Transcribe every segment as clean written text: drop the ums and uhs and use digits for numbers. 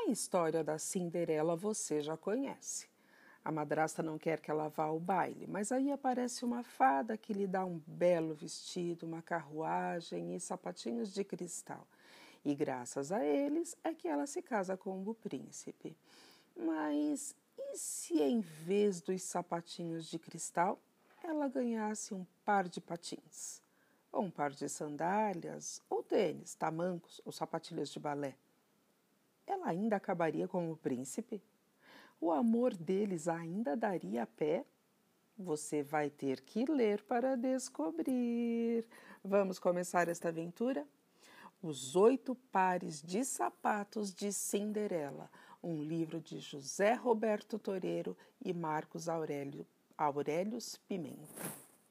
A história da Cinderela você já conhece. A madrasta não quer que ela vá ao baile, mas aí aparece uma fada que lhe dá um belo vestido, uma carruagem e sapatinhos de cristal. E graças a eles é que ela se casa com o príncipe. Mas e se em vez dos sapatinhos de cristal, ela ganhasse um par de patins? Ou um par de sandálias, ou tênis, tamancos ou sapatilhas de balé? Ela ainda acabaria com o príncipe? O amor deles ainda daria pé? Você vai ter que ler para descobrir. Vamos começar esta aventura? Os 8 Pares de Sapatos de Cinderela, um livro de José Roberto Toreiro e Marcos Aurelius Pimenta.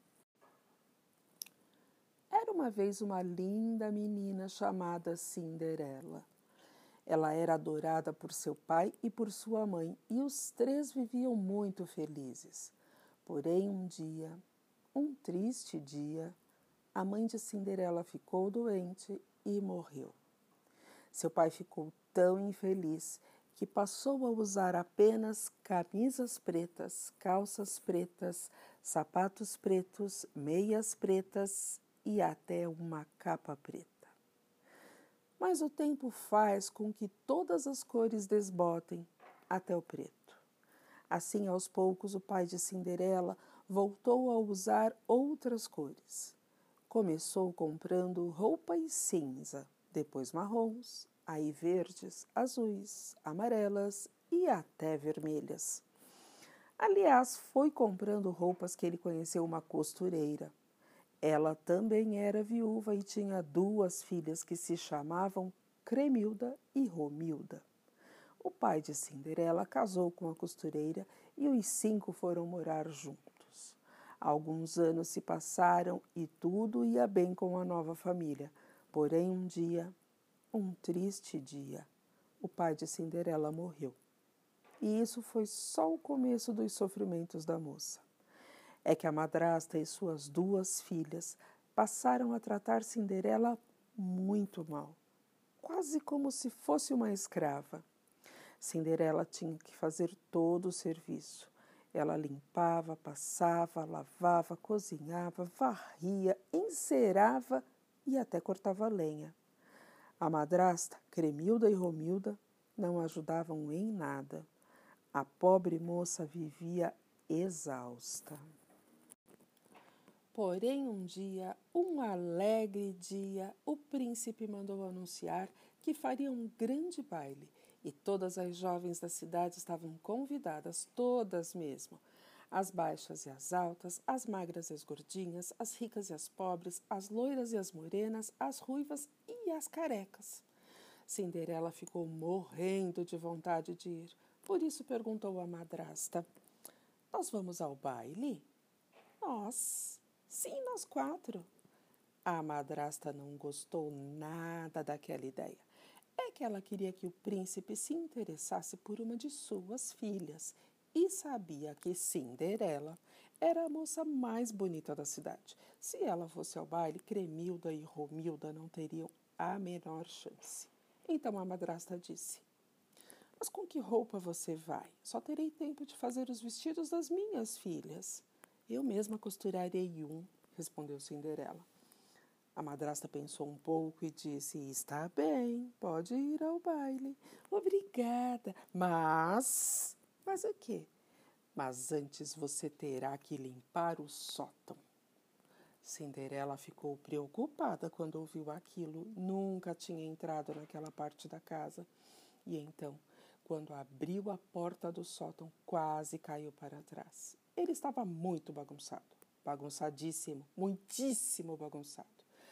Era uma vez uma linda menina chamada Cinderela. Ela era adorada por seu pai e por sua mãe, e os 3 viviam muito felizes. Porém, um triste dia, a mãe de Cinderela ficou doente e morreu. Seu pai ficou tão infeliz que passou a usar apenas camisas pretas, calças pretas, sapatos pretos, meias pretas e até uma capa preta. Mas o tempo faz com que todas as cores desbotem, até o preto. Assim, aos poucos, o pai de Cinderela voltou a usar outras cores. Começou comprando roupas cinza, depois marrons, aí verdes, azuis, amarelas e até vermelhas. Aliás, foi comprando roupas que ele conheceu uma costureira. Ela também era viúva e tinha 2 filhas que se chamavam Cremilda e Romilda. O pai de Cinderela casou com a costureira e os 5 foram morar juntos. Alguns anos se passaram e tudo ia bem com a nova família. Porém, um triste dia, o pai de Cinderela morreu. E isso foi só o começo dos sofrimentos da moça. É que a madrasta e suas 2 filhas passaram a tratar Cinderela muito mal, quase como se fosse uma escrava. Cinderela tinha que fazer todo o serviço. Ela limpava, passava, lavava, cozinhava, varria, encerava e até cortava lenha. A madrasta, Cremilda e Romilda, não ajudavam em nada. A pobre moça vivia exausta. Porém, um alegre dia, o príncipe mandou anunciar que faria um grande baile e todas as jovens da cidade estavam convidadas, todas mesmo. As baixas e as altas, as magras e as gordinhas, as ricas e as pobres, as loiras e as morenas, as ruivas e as carecas. Cinderela ficou morrendo de vontade de ir, por isso perguntou à madrasta: "Nós vamos ao baile?" "Nós? Sim, nós 4. A madrasta não gostou nada daquela ideia. É que ela queria que o príncipe se interessasse por uma de suas filhas e sabia que Cinderela era a moça mais bonita da cidade. Se ela fosse ao baile, Cremilda e Romilda não teriam a menor chance. Então a madrasta disse: "Mas com que roupa você vai? Só terei tempo de fazer os vestidos das minhas filhas." "Eu mesma costurarei um", respondeu Cinderela. A madrasta pensou um pouco e disse: "Está bem, pode ir ao baile." "Obrigada, mas..." "Mas o quê?" "Mas antes você terá que limpar o sótão." Cinderela ficou preocupada quando ouviu aquilo. Nunca tinha entrado naquela parte da casa. E então, quando abriu a porta do sótão, quase caiu para trás. Ele estava muito bagunçado. Bagunçadíssimo, muitíssimo bagunçado.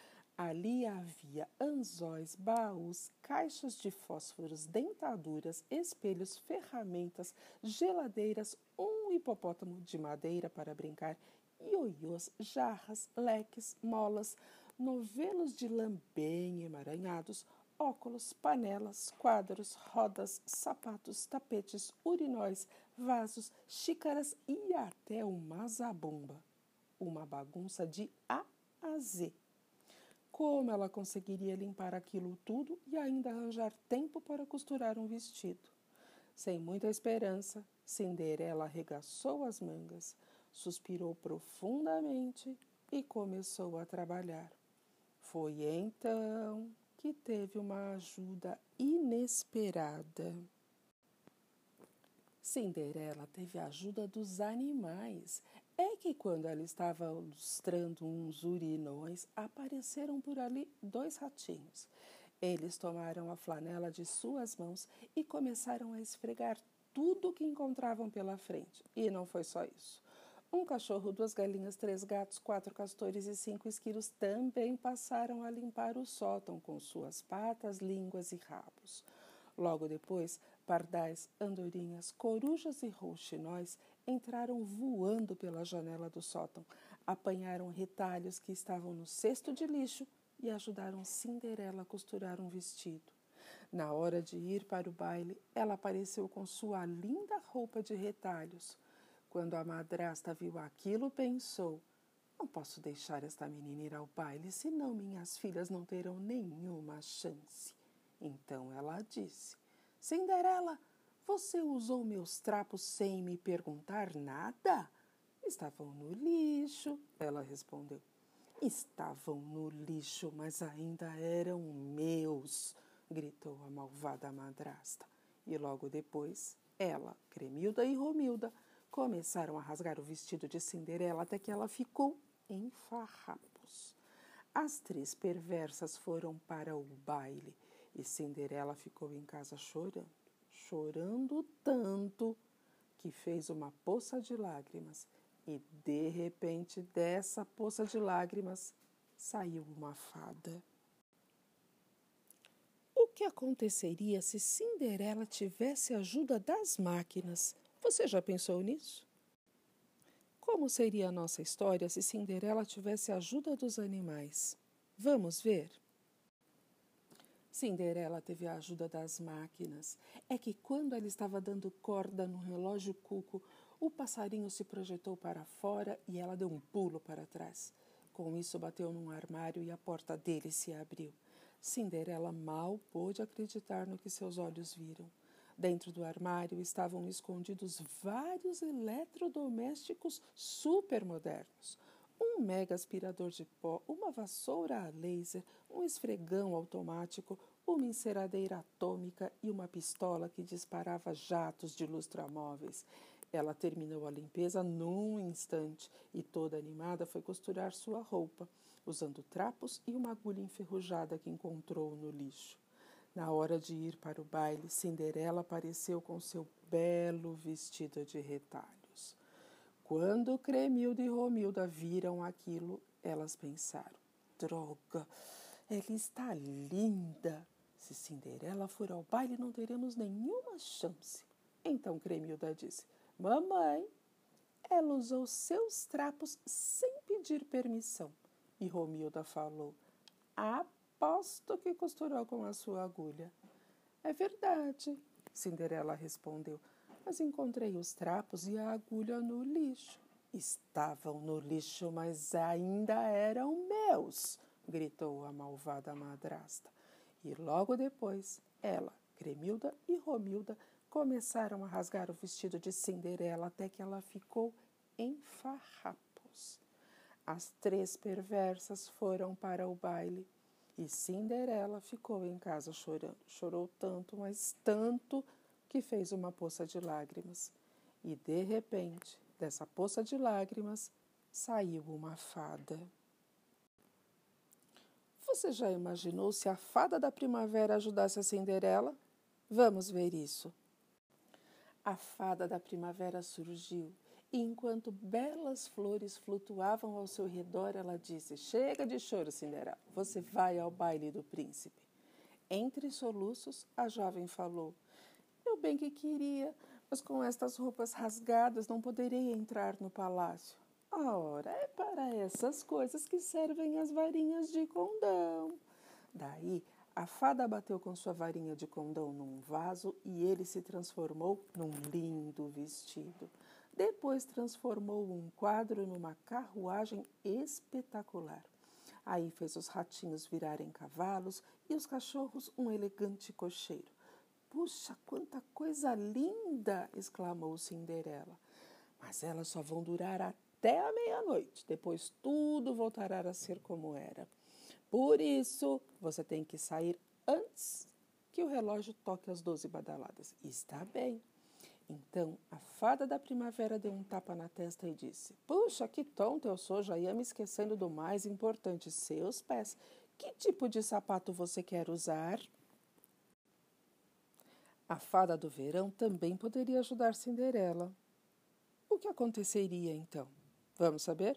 Ali havia anzóis, baús, caixas de fósforos, dentaduras, espelhos, ferramentas, geladeiras, um hipopótamo de madeira para brincar, ioiôs, jarras, leques, molas, novelos de lã bem emaranhados, óculos, panelas, quadros, rodas, sapatos, tapetes, urinóis, vasos, xícaras e até uma zabumba. Uma bagunça de A a Z. Como ela conseguiria limpar aquilo tudo e ainda arranjar tempo para costurar um vestido? Sem muita esperança, Cinderela arregaçou as mangas, suspirou profundamente e começou a trabalhar. Foi então que teve uma ajuda inesperada. Cinderela teve a ajuda dos animais. É que quando ela estava lustrando uns urinões, apareceram por ali 2 ratinhos. Eles tomaram a flanela de suas mãos e começaram a esfregar tudo o que encontravam pela frente. E não foi só isso. Um cachorro, 2 galinhas, 3 gatos, 4 castores e 5 esquilos também passaram a limpar o sótão com suas patas, línguas e rabos. Logo depois, pardais, andorinhas, corujas e rouxinóis entraram voando pela janela do sótão, apanharam retalhos que estavam no cesto de lixo e ajudaram Cinderela a costurar um vestido. Na hora de ir para o baile, ela apareceu com sua linda roupa de retalhos. Quando a madrasta viu aquilo, pensou: não posso deixar esta menina ir ao baile, senão minhas filhas não terão nenhuma chance. Então ela disse: Cinderela, você usou meus trapos sem me perguntar nada? Estavam no lixo, ela respondeu. Estavam no lixo, mas ainda eram meus, gritou a malvada madrasta. E logo depois, ela, Cremilda e Romilda começaram a rasgar o vestido de Cinderela até que ela ficou em farrapos. As 3 perversas foram para o baile e Cinderela ficou em casa chorando tanto que fez uma poça de lágrimas. E, de repente, dessa poça de lágrimas, saiu uma fada. O que aconteceria se Cinderela tivesse a ajuda das máquinas? Você já pensou nisso? Como seria a nossa história se Cinderela tivesse a ajuda dos animais? Vamos ver? Cinderela teve a ajuda das máquinas. É que quando ela estava dando corda no relógio cuco, o passarinho se projetou para fora e ela deu um pulo para trás. Com isso, bateu num armário e a porta dele se abriu. Cinderela mal pôde acreditar no que seus olhos viram. Dentro do armário estavam escondidos vários eletrodomésticos supermodernos. Um mega aspirador de pó, uma vassoura a laser, um esfregão automático, uma enceradeira atômica e uma pistola que disparava jatos de lustramóveis. Ela terminou a limpeza num instante e, toda animada, foi costurar sua roupa, usando trapos e uma agulha enferrujada que encontrou no lixo. Na hora de ir para o baile, Cinderela apareceu com seu belo vestido de retalhos. Quando Cremilda e Romilda viram aquilo, elas pensaram: droga, ela está linda. Se Cinderela for ao baile, não teremos nenhuma chance. Então Cremilda disse: mamãe, ela usou seus trapos sem pedir permissão. E Romilda falou: aposto que costurou com a sua agulha. É verdade, Cinderela respondeu, mas encontrei os trapos e a agulha no lixo. Estavam no lixo, mas ainda eram meus, gritou a malvada madrasta. E logo depois, ela, Cremilda e Romilda começaram a rasgar o vestido de Cinderela até que ela ficou em farrapos. As 3 perversas foram para o baile e Cinderela ficou em casa chorando. Chorou tanto, mas tanto, que fez uma poça de lágrimas. E, de repente, dessa poça de lágrimas, saiu uma fada. Você já imaginou se a fada da primavera ajudasse a Cinderela? Vamos ver isso. A fada da primavera surgiu e, enquanto belas flores flutuavam ao seu redor, ela disse: chega de choro, Cinderela, você vai ao baile do príncipe. Entre soluços, a jovem falou: eu bem que queria, mas com estas roupas rasgadas não poderei entrar no palácio. Ora, é para essas coisas que servem as varinhas de condão. Daí, a fada bateu com sua varinha de condão num vaso e ele se transformou num lindo vestido. Depois transformou um quadro numa carruagem espetacular. Aí fez os ratinhos virarem cavalos e os cachorros um elegante cocheiro. Puxa, quanta coisa linda! Exclamou Cinderela. Mas elas só vão durar até a meia-noite. Depois tudo voltará a ser como era. Por isso, você tem que sair antes que o relógio toque as 12 badaladas. Está bem. Então, a fada da primavera deu um tapa na testa e disse: Puxa, que tonta eu sou, já ia me esquecendo do mais importante, seus pés. Que tipo de sapato você quer usar? A fada do verão também poderia ajudar Cinderela. O que aconteceria então? Vamos saber?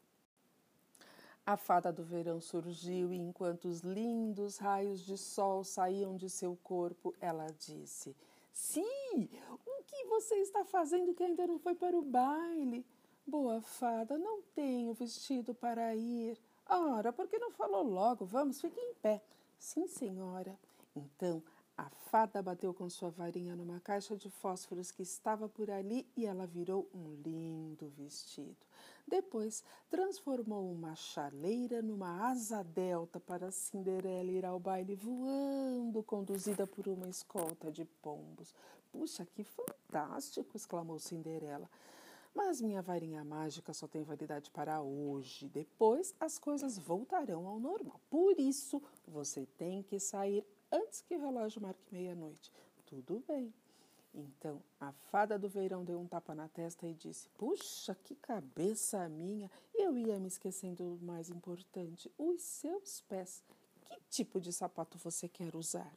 A fada do verão surgiu e, enquanto os lindos raios de sol saíam de seu corpo, ela disse: Sim, o que você está fazendo que ainda não foi para o baile? Boa fada, não tenho vestido para ir. Ora, por que não falou logo? Vamos, fique em pé. Sim, senhora. Então, a fada bateu com sua varinha numa caixa de fósforos que estava por ali e ela virou um lindo vestido. Depois, transformou uma chaleira numa asa delta para Cinderela ir ao baile voando, conduzida por uma escolta de pombos. Puxa, que fantástico! Exclamou Cinderela. Mas minha varinha mágica só tem validade para hoje. Depois, as coisas voltarão ao normal. Por isso, você tem que sair antes que o relógio marque meia-noite. Tudo bem. Então, a fada do verão deu um tapa na testa e disse: Puxa, que cabeça minha! Eu ia me esquecendo do mais importante, os seus pés. Que tipo de sapato você quer usar?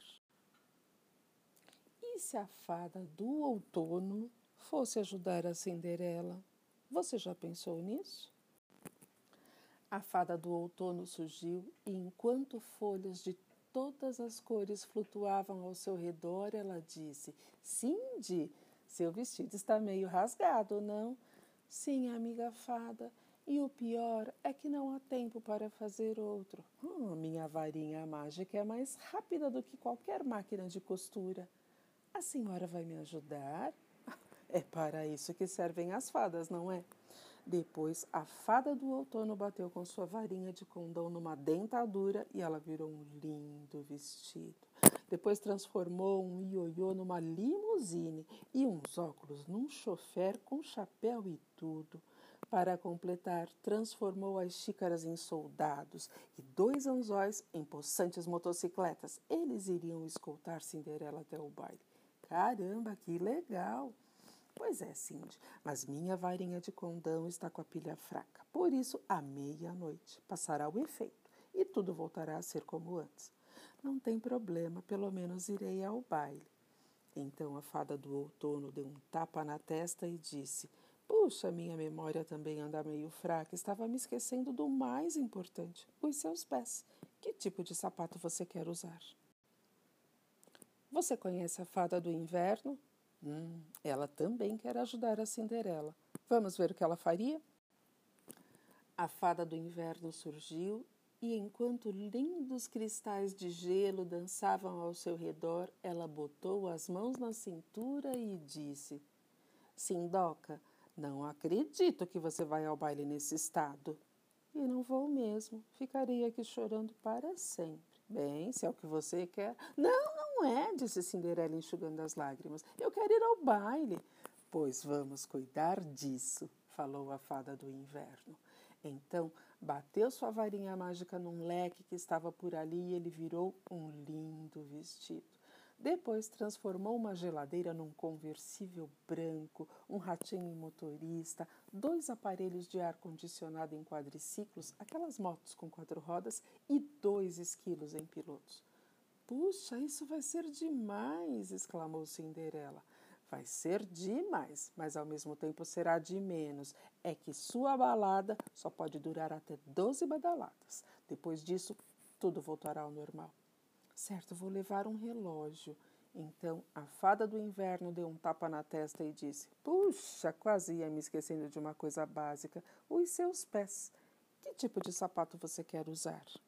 E se a fada do outono fosse ajudar a Cinderela? Você já pensou nisso? A fada do outono surgiu e, enquanto folhas de todas as cores flutuavam ao seu redor, ela disse: Cindy, seu vestido está meio rasgado, não? Sim, amiga fada. E o pior é que não há tempo para fazer outro. Minha varinha mágica é mais rápida do que qualquer máquina de costura. A senhora vai me ajudar? É para isso que servem as fadas, não é? Depois, a fada do outono bateu com sua varinha de condão numa dentadura e ela virou um lindo vestido. Depois transformou um ioiô numa limusine e uns óculos num chofer com chapéu e tudo. Para completar, transformou as xícaras em soldados e 2 anzóis em possantes motocicletas. Eles iriam escoltar Cinderela até o baile. Caramba, que legal! Pois é, Cindy, mas minha varinha de condão está com a pilha fraca. Por isso, à meia-noite, passará o efeito e tudo voltará a ser como antes. Não tem problema, pelo menos irei ao baile. Então a fada do outono deu um tapa na testa e disse: Puxa, minha memória também anda meio fraca. Estava me esquecendo do mais importante, os seus pés. Que tipo de sapato você quer usar? Você conhece a fada do inverno? Ela também quer ajudar a Cinderela. Vamos ver o que ela faria? A fada do inverno surgiu e, enquanto lindos cristais de gelo dançavam ao seu redor, ela botou as mãos na cintura e disse: Sindoca, não acredito que você vai ao baile nesse estado. E não vou mesmo. Ficarei aqui chorando para sempre. Bem, se é o que você quer. Não é, disse Cinderela enxugando as lágrimas. Eu quero ir ao baile. Pois vamos cuidar disso, falou a fada do inverno. Então, bateu sua varinha mágica num leque que estava por ali e ele virou um lindo vestido. Depois transformou uma geladeira num conversível branco, um ratinho em motorista, 2 aparelhos de ar-condicionado em quadriciclos, aquelas motos com 4 rodas, e 2 esquilos em pilotos. Puxa, isso vai ser demais! Exclamou Cinderela. Vai ser demais, mas ao mesmo tempo será de menos. É que sua balada só pode durar até 12 badaladas. Depois disso, tudo voltará ao normal. Certo, vou levar um relógio. Então a fada do inverno deu um tapa na testa e disse: Puxa, quase ia me esquecendo de uma coisa básica, os seus pés. Que tipo de sapato você quer usar?